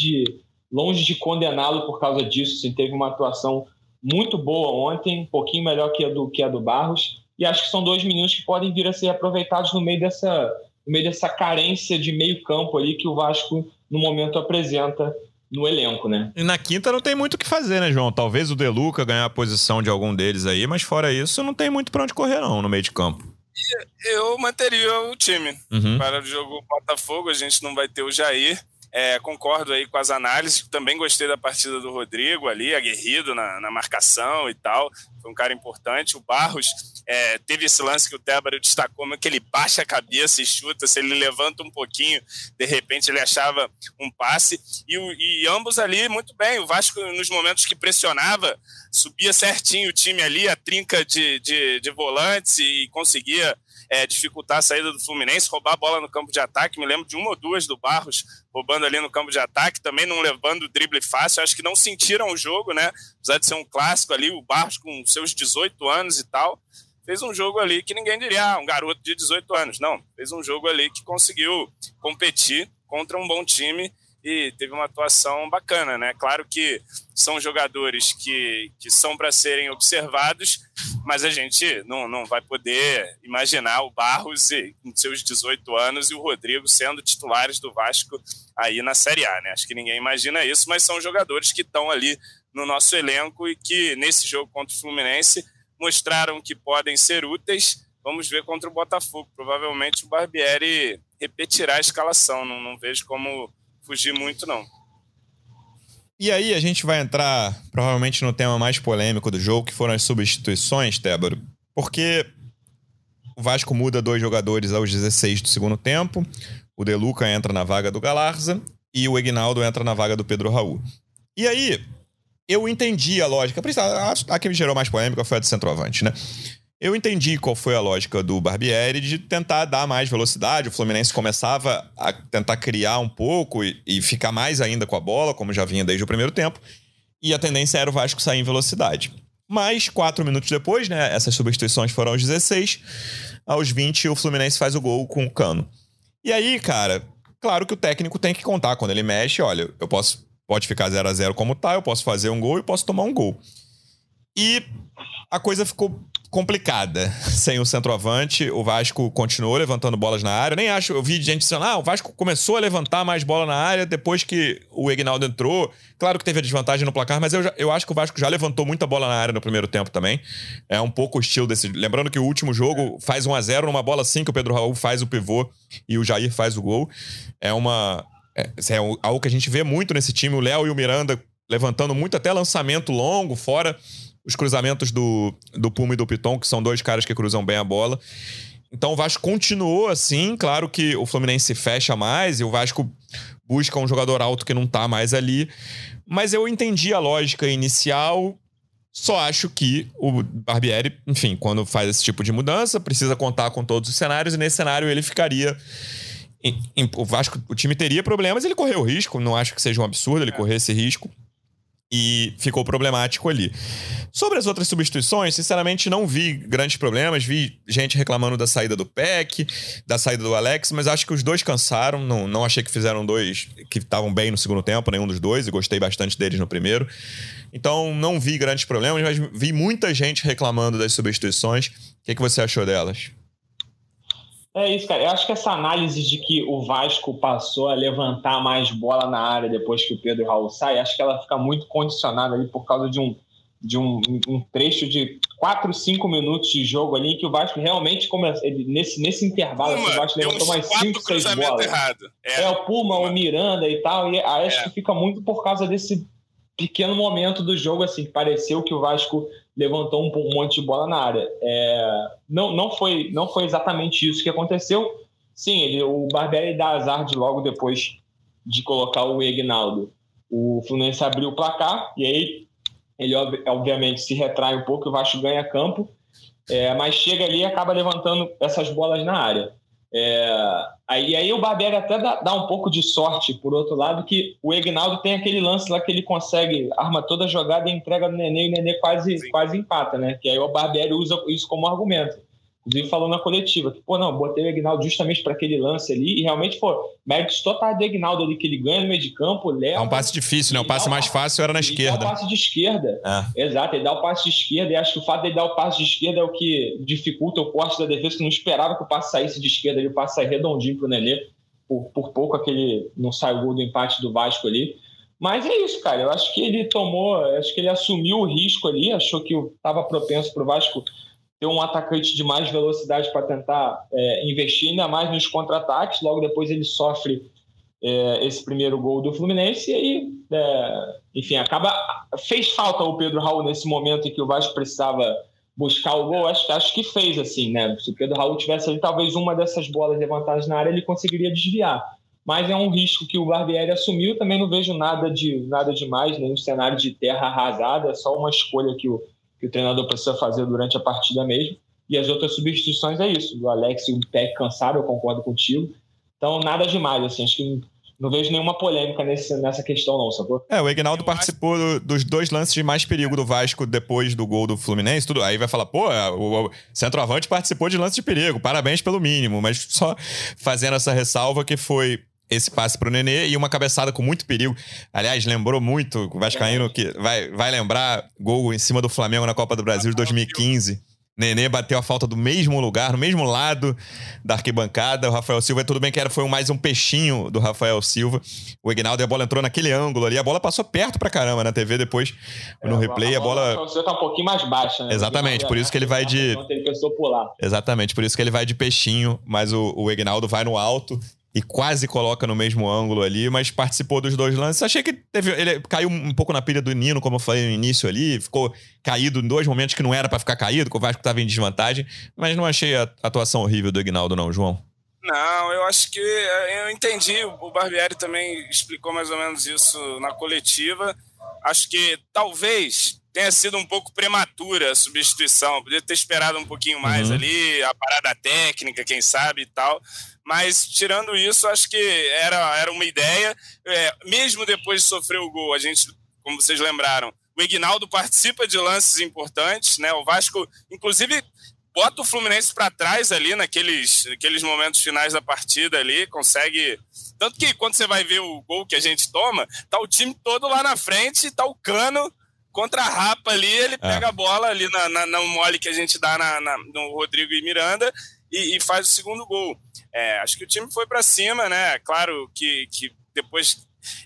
de condená-lo por causa disso. Assim, teve uma atuação muito boa ontem, um pouquinho melhor que a do Barros, e acho que são 2 meninos que podem vir a ser aproveitados no meio no meio dessa carência de meio campo ali que o Vasco, no momento, apresenta no elenco, né? E na quinta não tem muito o que fazer, né, João? Talvez o De Luca ganhar a posição de algum deles aí, mas fora isso, não tem muito pra onde correr, não, no meio de campo. Eu manteria o time. Para o jogo Botafogo, a gente não vai ter o Jair. Concordo aí com as análises. Também gostei da partida do Rodrigo ali, aguerrido na marcação e tal. Foi um cara importante. O Barros teve esse lance que o Tébaro destacou, que ele baixa a cabeça e chuta. Se ele levanta um pouquinho, de repente ele achava um passe. E ambos ali, muito bem. O Vasco, nos momentos que pressionava, subia certinho o time ali, a trinca de volantes, e conseguia dificultar a saída do Fluminense, roubar a bola no campo de ataque. Me lembro de uma ou duas do Barros roubando ali no campo de ataque, também não levando o drible fácil. Acho que não sentiram o jogo, né? Apesar de ser um clássico ali, o Barros com seus 18 anos e tal, fez um jogo ali que ninguém diria, um garoto de 18 anos. Não, fez um jogo ali que conseguiu competir contra um bom time e teve uma atuação bacana, né? Claro que são jogadores que são para serem observados, mas a gente não vai poder imaginar o Barros com seus 18 anos e o Rodrigo sendo titulares do Vasco aí na Série A, né? Acho que ninguém imagina isso, mas são jogadores que estão ali no nosso elenco e que nesse jogo contra o Fluminense mostraram que podem ser úteis. Vamos ver contra o Botafogo. Provavelmente o Barbieri repetirá a escalação, não vejo como fugir muito, não. E aí a gente vai entrar provavelmente no tema mais polêmico do jogo, que foram as substituições, Tébaro, porque o Vasco muda 2 jogadores aos 16 do segundo tempo, o De Luca entra na vaga do Galarza e o Eginaldo entra na vaga do Pedro Raul. E aí eu entendi a lógica, a que me gerou mais polêmica foi a do centroavante, né? Eu entendi qual foi a lógica do Barbieri de tentar dar mais velocidade. O Fluminense começava a tentar criar um pouco e ficar mais ainda com a bola, como já vinha desde o primeiro tempo. E a tendência era o Vasco sair em velocidade. Mas 4 minutos depois, né, essas substituições foram aos 16. Aos 20, o Fluminense faz o gol com o Cano. E aí, cara, claro que o técnico tem que contar. Quando ele mexe, olha, pode ficar 0-0 como tá, eu posso fazer um gol e posso tomar um gol. E a coisa ficou complicada. Sem o centroavante, o Vasco continuou levantando bolas na área. Eu vi gente dizendo, o Vasco começou a levantar mais bola na área depois que o Eginaldo entrou. Claro que teve a desvantagem no placar, mas eu acho que o Vasco já levantou muita bola na área no primeiro tempo também. É um pouco o estilo desse... Lembrando que o último jogo faz 1-0 numa bola assim, que o Pedro Raul faz o pivô e o Jair faz o gol. É algo que a gente vê muito nesse time. O Léo e o Miranda levantando muito, até lançamento longo, fora os cruzamentos do Puma e do Piton, que são 2 caras que cruzam bem a bola. Então o Vasco continuou assim. Claro que o Fluminense fecha mais e o Vasco busca um jogador alto que não tá mais ali. Mas eu entendi a lógica inicial. Só acho que o Barbieri, enfim, quando faz esse tipo de mudança, precisa contar com todos os cenários, e nesse cenário ele ficaria... O Vasco, o time teria problemas, ele correu o risco. Não acho que seja um absurdo ele correr esse risco. E ficou problemático ali. Sobre as outras substituições, sinceramente, não vi grandes problemas. Vi gente reclamando da saída do Peck, da saída do Alex, mas acho que os 2 cansaram. Não achei que fizeram 2 que estavam bem no segundo tempo, nenhum dos 2, e gostei bastante deles no primeiro. Então, não vi grandes problemas, mas vi muita gente reclamando das substituições. O que você achou delas? É isso, cara. Eu acho que essa análise de que o Vasco passou a levantar mais bola na área depois que o Pedro Raul sai, acho que ela fica muito condicionada ali por causa de um trecho de 4, 5 minutos de jogo ali, que o Vasco realmente começa. Nesse intervalo, o Vasco levantou mais 5, 6 bolas. O Puma, o Miranda e tal. E acho que fica muito por causa desse pequeno momento do jogo, assim, que pareceu que o Vasco levantou um monte de bola na área. Não foi exatamente isso que aconteceu. Sim, o Barbieri dá azar de logo depois de colocar o Eginaldo. O Fluminense abriu o placar e aí ele obviamente se retrai um pouco, o Vasco ganha campo, mas chega ali e acaba levantando essas bolas na área. Aí o Barbieri até dá um pouco de sorte, por outro lado, que o Eginaldo tem aquele lance lá que ele consegue, arma toda a jogada e entrega no Nenê, e o Nenê quase empata, né? Que aí o Barbieri usa isso como argumento. inclusive falou na coletiva, que, botei o Aguinaldo justamente para aquele lance ali, e realmente, méritos totais do Aguinaldo ali, que ele ganha no meio de campo, leva... É um passe difícil, né? O passe mais fácil era na esquerda. Ele dá o passe de esquerda. Exato, ele dá o passe de esquerda, e acho que o fato de ele dar o passe de esquerda é o que dificulta o corte da defesa, que não esperava que o passe saísse de esquerda, ele o passe sai redondinho pro Nenê, por pouco aquele não sai o gol do empate do Vasco ali. Mas é isso, cara, eu acho que ele assumiu o risco ali, achou que estava propenso pro Vasco ter um atacante de mais velocidade para tentar investir ainda mais nos contra-ataques. Logo depois ele sofre esse primeiro gol do Fluminense e aí, enfim, fez falta o Pedro Raul nesse momento em que o Vasco precisava buscar o gol. Acho que fez, assim, né? Se o Pedro Raul tivesse ali, talvez uma dessas bolas levantadas na área ele conseguiria desviar. Mas é um risco que o Barbieri assumiu. Também não vejo nada demais, nenhum cenário de terra arrasada, é só uma escolha que o treinador precisa fazer durante a partida mesmo. E as outras substituições é isso. O Alex e o Peck cansaram, eu concordo contigo. Então, nada demais, assim. Acho que não vejo nenhuma polêmica nessa questão, não, sacou? O Aguinaldo participou dos 2 lances de mais perigo do Vasco depois do gol do Fluminense. Tudo. Aí vai falar, o centroavante participou de lance de perigo. Parabéns pelo mínimo. Mas só fazendo essa ressalva que foi esse passe pro Nenê e uma cabeçada com muito perigo. Aliás, lembrou muito o vascaíno que vai lembrar gol em cima do Flamengo na Copa do Brasil de 2015. Nenê bateu a falta do mesmo lugar, no mesmo lado da arquibancada. O Rafael Silva, tudo bem que foi mais um peixinho do Rafael Silva. O Aguinaldo, e a bola entrou naquele ângulo ali. A bola passou perto pra caramba na TV depois, no replay. A bola... O Rafael Silva tá um pouquinho mais baixa, né? Exatamente, por isso que ele vai de... Ele pensou pular. Exatamente, por isso que ele vai de peixinho, mas o Aguinaldo vai no alto e quase coloca no mesmo ângulo ali, mas participou dos 2 lances. Achei que ele caiu um pouco na pilha do Nino, como eu falei no início ali, ficou caído em 2 momentos que não era pra ficar caído, que o Vasco tava em desvantagem, mas não achei a atuação horrível do Aguinaldo não, João. Não, eu acho que eu entendi, o Barbieri também explicou mais ou menos isso na coletiva. Acho que talvez tenha sido um pouco prematura a substituição, podia ter esperado um pouquinho mais ali, a parada técnica, quem sabe e tal. Mas, tirando isso, acho que era uma ideia. Mesmo depois de sofrer o gol, a gente, como vocês lembraram, o Aguinaldo participa de lances importantes, né? O Vasco, inclusive, bota o Fluminense para trás ali naqueles momentos finais da partida ali, consegue... Tanto que quando você vai ver o gol que a gente toma, tá o time todo lá na frente, tá o Cano contra a Rapa ali, ele pega a bola ali no mole que a gente dá no Rodrigo e Miranda e faz o segundo gol. Acho que o time foi para cima, né? Claro que depois,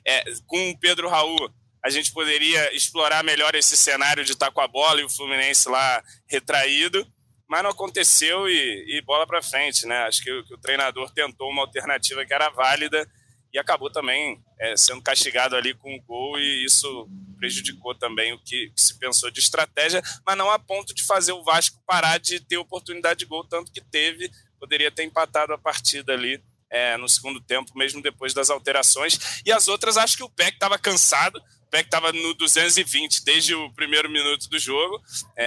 com o Pedro Raul, a gente poderia explorar melhor esse cenário de estar com a bola e o Fluminense lá retraído, mas não aconteceu e bola para frente, né? Acho que o treinador tentou uma alternativa que era válida e acabou também sendo castigado ali com o gol, e isso prejudicou também o que se pensou de estratégia, mas não a ponto de fazer o Vasco parar de ter oportunidade de gol, tanto que teve, poderia ter empatado a partida ali no segundo tempo, mesmo depois das alterações. E as outras, acho que o Peck estava cansado, o Peck estava no 220 desde o primeiro minuto do jogo,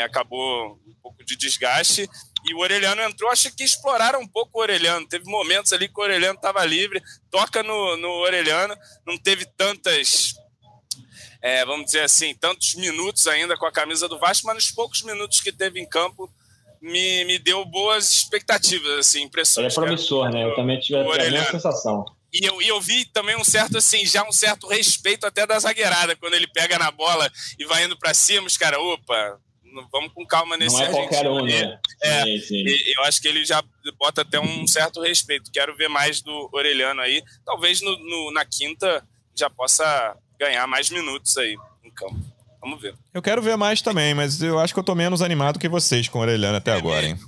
acabou um pouco de desgaste, e o Orelhano entrou. Acho que exploraram um pouco o Orelhano, teve momentos ali que o Orelhano estava livre, toca no Orelhano, não teve tantas, vamos dizer assim, tantos minutos ainda com a camisa do Vasco, mas nos poucos minutos que teve em campo, me deu boas expectativas, assim, impressões. Ele é promissor, né? Eu também tive a mesma sensação. E eu vi também um certo respeito até da zagueirada, quando ele pega na bola e vai indo pra cima, os caras, vamos com calma nesse argentino. Não é qualquer um, né? Sim. Eu acho que ele já bota até um certo respeito. Quero ver mais do Orelhano aí. Talvez na quinta já possa ganhar mais minutos aí em campo. Vamos ver. Eu quero ver mais também, mas eu acho que eu tô menos animado que vocês com o Orelhano até agora, hein?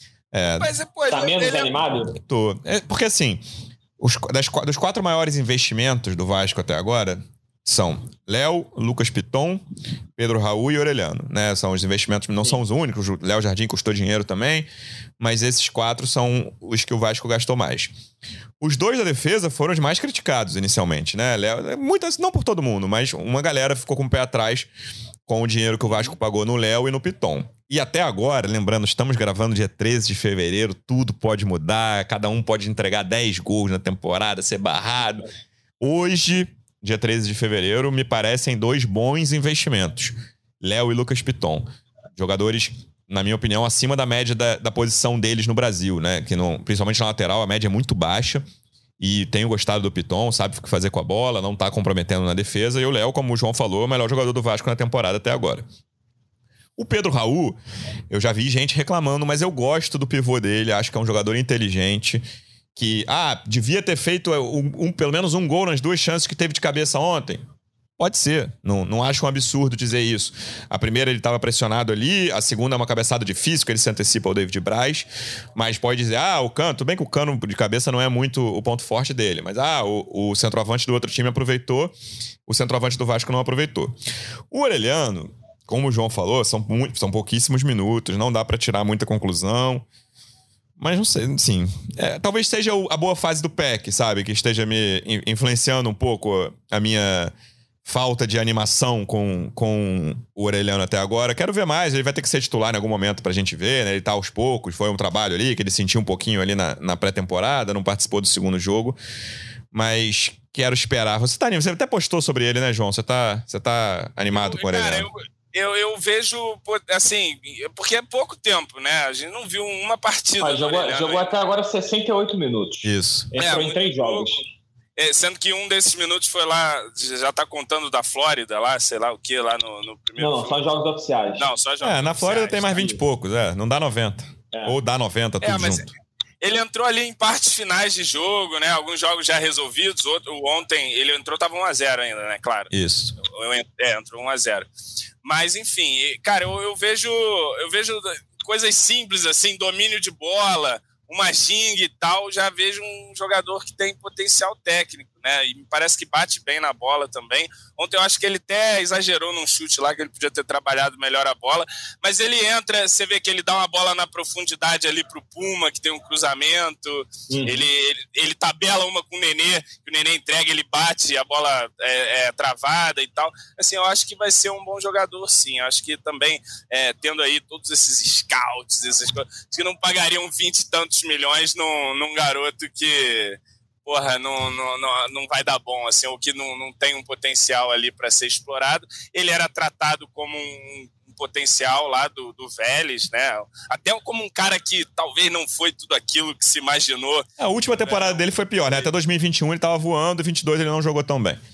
Tá menos animado? Tô. Porque assim, dos 4 maiores investimentos do Vasco até agora são Léo, Lucas Piton, Pedro Raul e Orelhano, né? São os investimentos, não são os únicos. O Léo Jardim custou dinheiro também, mas esses 4 são os que o Vasco gastou mais. Os 2 da defesa foram os mais criticados inicialmente, né? Léo, muitas, não por todo mundo, mas uma galera ficou com o pé atrás com o dinheiro que o Vasco pagou no Léo e no Piton. E até agora, lembrando, estamos gravando dia 13 de fevereiro, tudo pode mudar, cada um pode entregar 10 gols na temporada, ser barrado. Hoje, dia 13 de fevereiro, me parecem 2 bons investimentos. Léo e Lucas Piton. Jogadores na minha opinião, acima da média da posição deles no Brasil, né? Que principalmente na lateral, a média é muito baixa. E tenho gostado do Piton, sabe o que fazer com a bola, não tá comprometendo na defesa. E o Léo, como o João falou, é o melhor jogador do Vasco na temporada até agora. O Pedro Raul, eu já vi gente reclamando, mas eu gosto do pivô dele, acho que é um jogador inteligente, que, devia ter feito pelo menos um gol nas 2 chances que teve de cabeça ontem. Pode ser, não acho um absurdo dizer isso. A primeira ele estava pressionado ali, a segunda é uma cabeçada difícil, que ele se antecipa ao David Braz, mas pode dizer, o Cano, tudo bem que o Cano de cabeça não é muito o ponto forte dele, mas o centroavante do outro time aproveitou, o centroavante do Vasco não aproveitou. O Orelhano, como o João falou, são pouquíssimos minutos, não dá para tirar muita conclusão, mas não sei, sim. Talvez seja a boa fase do PEC, sabe, que esteja me influenciando um pouco a minha falta de animação com o Orelhano até agora. Quero ver mais, ele vai ter que ser titular em algum momento pra gente ver, né? Ele tá aos poucos, foi um trabalho ali que ele sentiu um pouquinho ali na pré-temporada, não participou do segundo jogo, mas quero esperar. Você até postou sobre ele, né, João? Você tá animado com o Orelhano? Eu vejo, assim, porque é pouco tempo, né? A gente não viu uma partida. Jogou até agora 68 minutos. Isso. Entrou em 3 jogos. Sendo que um desses minutos foi lá, já tá contando da Flórida lá, sei lá o que, lá no primeiro. Não, só jogos oficiais. Não, só jogos oficiais. Na Flórida tem mais 20 e poucos, não dá 90. Ou dá 90, tudo mas junto. Ele entrou ali em partes finais de jogo, né? Alguns jogos já resolvidos, ontem ele entrou, tava 1-0 ainda, né? Claro. Isso. Entrou 1-0. Mas, enfim, cara, eu vejo coisas simples, assim, domínio de bola, uma ginga e tal, já vejo um jogador que tem potencial técnico, né? E me parece que bate bem na bola também. Ontem eu acho que ele até exagerou num chute lá, que ele podia ter trabalhado melhor a bola, mas ele entra, você vê que ele dá uma bola na profundidade ali pro Puma, que tem um cruzamento, ele tabela uma com o Nenê, que o Nenê entrega, ele bate, a bola é travada e tal. Assim, eu acho que vai ser um bom jogador, sim. Eu acho que também, tendo aí todos esses scouts, essas coisas, que não pagariam 20 e tantos milhões num garoto que, porra, não vai dar bom, assim, ou que não tem um potencial ali para ser explorado. Ele era tratado como um potencial lá do Vélez, né? Até como um cara que talvez não foi tudo aquilo que se imaginou. A última temporada dele foi pior, né? Até 2021 ele tava voando, e 22 ele não jogou tão bem.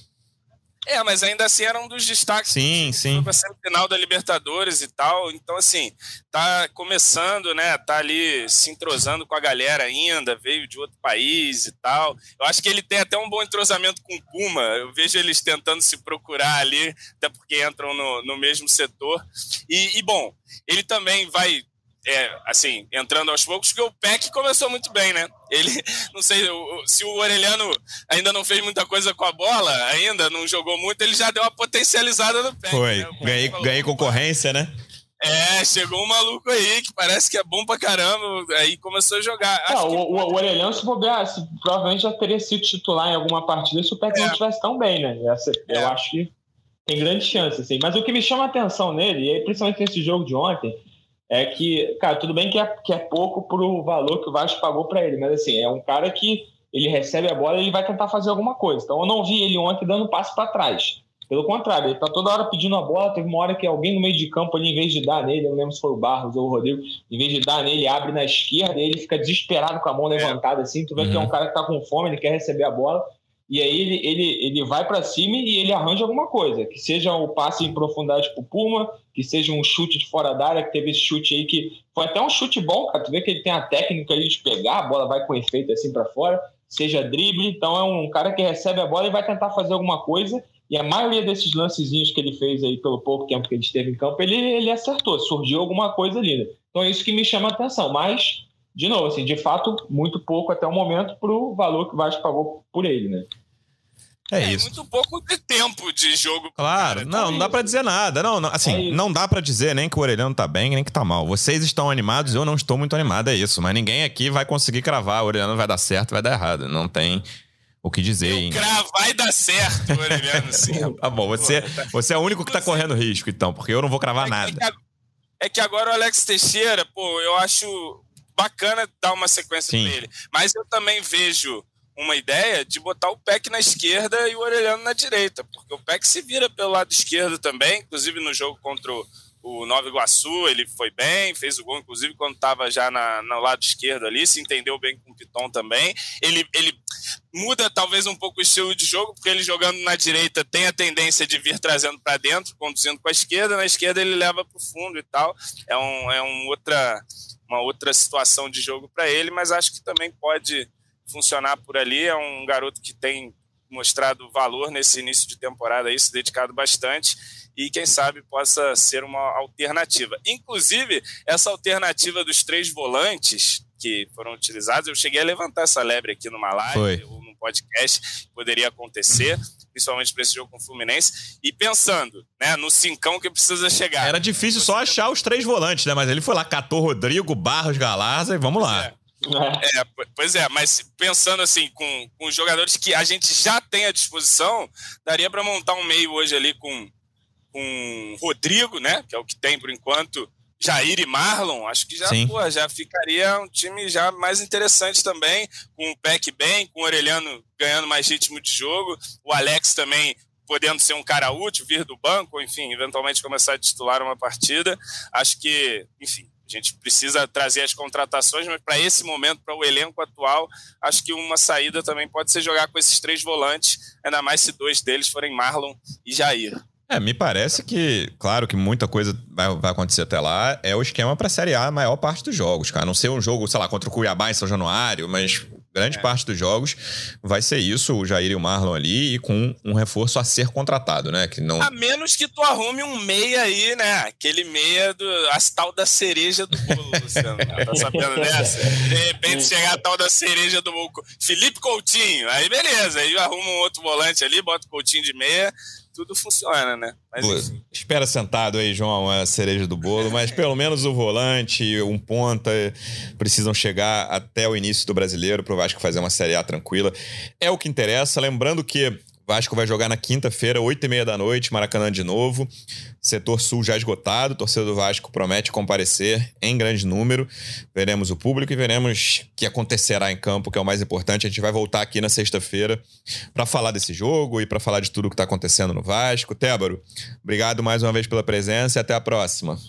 Mas ainda assim era um dos destaques. Sim. Foi pra semifinal da Libertadores e tal. Então, assim, tá começando, né? Tá ali se entrosando com a galera ainda, veio de outro país e tal. Eu acho que ele tem até um bom entrosamento com o Puma. Eu vejo eles tentando se procurar ali, até porque entram no mesmo setor. E bom, ele também vai... assim, entrando aos poucos, porque o PEC começou muito bem, né? Ele, não sei, se o Orelhano ainda não fez muita coisa com a bola, ainda não jogou muito, ele já deu uma potencializada no PEC. Foi, né? ganhei concorrência, né? Chegou um maluco aí que parece que é bom pra caramba, aí começou a jogar. O Orelhano, se bobear, provavelmente já teria sido titular em alguma partida se o PEC não estivesse tão bem, né? Eu acho que tem grande chance, assim. Mas o que me chama a atenção nele, e principalmente nesse jogo de ontem, é que, cara, tudo bem que é pouco pro valor que o Vasco pagou pra ele, mas assim, é um cara que ele recebe a bola e ele vai tentar fazer alguma coisa. Então eu não vi ele ontem dando passo pra trás. Pelo contrário, ele tá toda hora pedindo a bola. Teve uma hora que alguém no meio de campo ali, em vez de dar nele, eu não lembro se foi o Barros ou o Rodrigo, em vez de dar nele, abre na esquerda e ele fica desesperado com a mão levantada assim. Tu vê que é um cara que tá com fome, ele quer receber a bola. E aí ele vai pra cima e ele arranja alguma coisa. Que seja o passe em profundidade pro Puma, que seja um chute de fora da área, que teve esse chute aí que foi até um chute bom, cara. Tu vê que ele tem a técnica ali de pegar, a bola vai com efeito assim pra fora, seja drible. Então é um cara que recebe a bola e vai tentar fazer alguma coisa. E a maioria desses lancezinhos que ele fez aí pelo pouco tempo que ele esteve em campo, ele acertou, surgiu alguma coisa ali, né? Então é isso que me chama a atenção. Mas, de novo, assim, de fato, muito pouco até o momento pro valor que o Vasco pagou por ele, né? É isso. Muito pouco de tempo de jogo. Claro, não dá pra dizer nada. Não, assim, não dá pra dizer nem que o Orelhano tá bem, nem que tá mal. Vocês estão animados, eu não estou muito animado, é isso. Mas ninguém aqui vai conseguir cravar. O Orelhano vai dar certo, vai dar errado. Não tem o que dizer. Vai dar certo, Orelhano, sim. Tá bom, você é o único que tá correndo risco, então, porque eu não vou cravar nada. É que agora o Alex Teixeira, eu acho bacana dar uma sequência pra ele. Mas eu também vejo uma ideia de botar o PEC na esquerda e o Orelhano na direita, porque o PEC se vira pelo lado esquerdo também, inclusive no jogo contra o Nova Iguaçu, ele foi bem, fez o gol, inclusive, quando estava já no lado esquerdo ali, se entendeu bem com o Piton também. Ele muda talvez um pouco o estilo de jogo, porque ele jogando na direita tem a tendência de vir trazendo para dentro, conduzindo com a esquerda, na esquerda ele leva para o fundo e tal. É uma outra situação de jogo para ele, mas acho que também pode funcionar por ali. É um garoto que tem mostrado valor nesse início de temporada aí, se dedicado bastante, e quem sabe possa ser uma alternativa. Inclusive, essa alternativa dos 3 volantes que foram utilizados, eu cheguei a levantar essa lebre aqui numa live ou num podcast, que poderia acontecer, principalmente para esse jogo com o Fluminense, e pensando, né, no cincão que precisa chegar. Era difícil só achar os 3 volantes, né? Mas ele foi lá, catou Rodrigo, Barros, Galarza e vamos lá. Pois é, mas pensando assim, com os jogadores que a gente já tem à disposição, daria para montar um meio hoje ali com Rodrigo, né, que é o que tem por enquanto, Jair e Marlon, acho que já ficaria um time já mais interessante também, com o Peck bem, com o Orelhano ganhando mais ritmo de jogo, o Alex também podendo ser um cara útil, vir do banco, enfim, eventualmente começar a titular uma partida. Acho que, enfim, a gente precisa trazer as contratações, mas para esse momento, para o elenco atual, acho que uma saída também pode ser jogar com esses 3 volantes, ainda mais se 2 deles forem Marlon e Jair. Me parece que, claro que muita coisa vai acontecer até lá, é o esquema para a Série A a maior parte dos jogos, cara. A não ser um jogo, sei lá, contra o Cuiabá em São Januário, mas grande parte dos jogos vai ser isso, o Jair e o Marlon ali, e com um reforço a ser contratado, né? Que não... A menos que tu arrume um meia aí, né? Aquele meia as tal da cereja do bolo, Luciano. Tá sabendo dessa? De repente chegar a tal da cereja do bolo. Felipe Coutinho, aí beleza, aí arruma um outro volante ali, bota o Coutinho de meia, tudo funciona, né? Mas, enfim. Espera sentado aí, João, a cereja do bolo, mas pelo menos o volante, um ponta, precisam chegar até o início do Brasileiro pro Vasco fazer uma Série A tranquila. É o que interessa, lembrando que Vasco vai jogar na quinta-feira, 8h30 da noite, Maracanã de novo. Setor sul já esgotado, torcedor do Vasco promete comparecer em grande número. Veremos o público e veremos o que acontecerá em campo, que é o mais importante. A gente vai voltar aqui na sexta-feira para falar desse jogo e para falar de tudo que está acontecendo no Vasco. Tébaro, obrigado mais uma vez pela presença e até a próxima.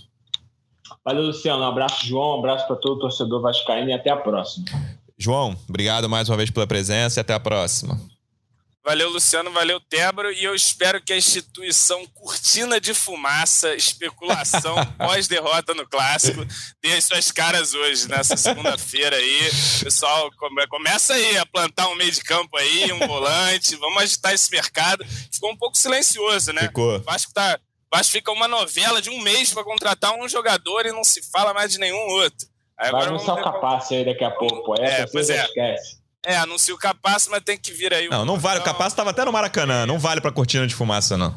Valeu, Luciano. Um abraço, João. Um abraço para todo o torcedor vascaíno e até a próxima. João, obrigado mais uma vez pela presença e até a próxima. Valeu, Luciano, valeu, Tébaro, e eu espero que a instituição Cortina de Fumaça, especulação pós-derrota no Clássico, dê as suas caras hoje, nessa segunda-feira aí. Pessoal, começa aí a plantar um meio de campo aí, um volante, vamos agitar esse mercado. Ficou um pouco silencioso, né? Ficou. Vasco fica uma novela de um mês para contratar um jogador e não se fala mais de nenhum outro. Aí vai anunciar o Capasso aí daqui a pouco, pô. Esquece. Anuncia o Capasso, mas tem que vir aí. Não vale. O Capasso tava até no Maracanã. Não vale pra Cortina de Fumaça, não.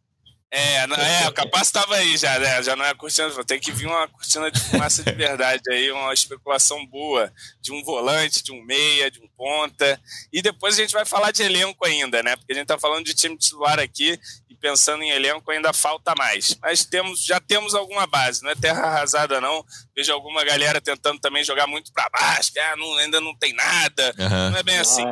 O Capasso tava aí já, né? Já não é cortina. Tem que vir uma cortina de fumaça de verdade aí, uma especulação boa de um volante, de um meia, de um ponta. E depois a gente vai falar de elenco ainda, né? Porque a gente tá falando de time titular aqui e pensando em elenco ainda falta mais. Mas já temos alguma base, não é terra arrasada não. Vejo alguma galera tentando também jogar muito pra baixo, ainda não tem nada. Uhum. Não é bem assim.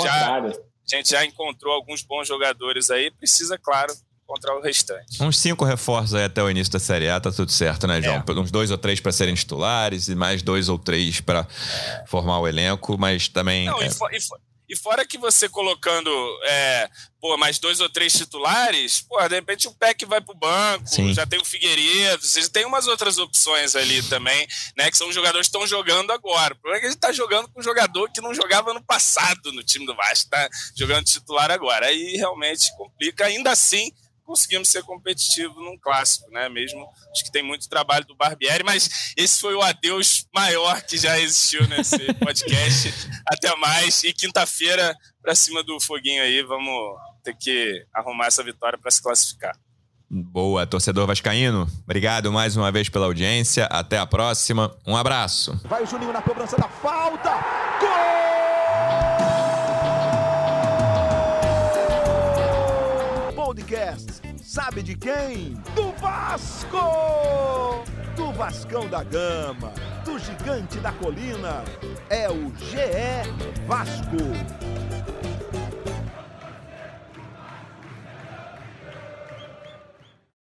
A gente já encontrou alguns bons jogadores aí, precisa, claro, encontrar o restante. Uns 5 reforços aí até o início da Série A, tá tudo certo, né, João? Uns 2 ou 3 para serem titulares e mais 2 ou 3 para formar o elenco, mas também... Não, e fora que você colocando mais 2 ou 3 titulares, de repente o Peck vai pro banco, Sim. Já tem o Figueiredo, você tem umas outras opções ali também, né, que são jogadores que estão jogando agora. O problema é que a gente tá jogando com um jogador que não jogava no passado no time do Vasco, tá jogando titular agora. Aí realmente complica, ainda assim conseguimos ser competitivos num clássico, né? Mesmo, acho que tem muito trabalho do Barbieri, mas esse foi o adeus maior que já existiu nesse podcast. Até mais. E quinta-feira, pra cima do foguinho aí, vamos ter que arrumar essa vitória para se classificar. Boa, torcedor vascaíno. Obrigado mais uma vez pela audiência. Até a próxima. Um abraço. Vai o Juninho na cobrança da falta. Gol! Podcast, sabe de quem? Do Vasco! Do Vascão da Gama, do Gigante da Colina. É o GE Vasco.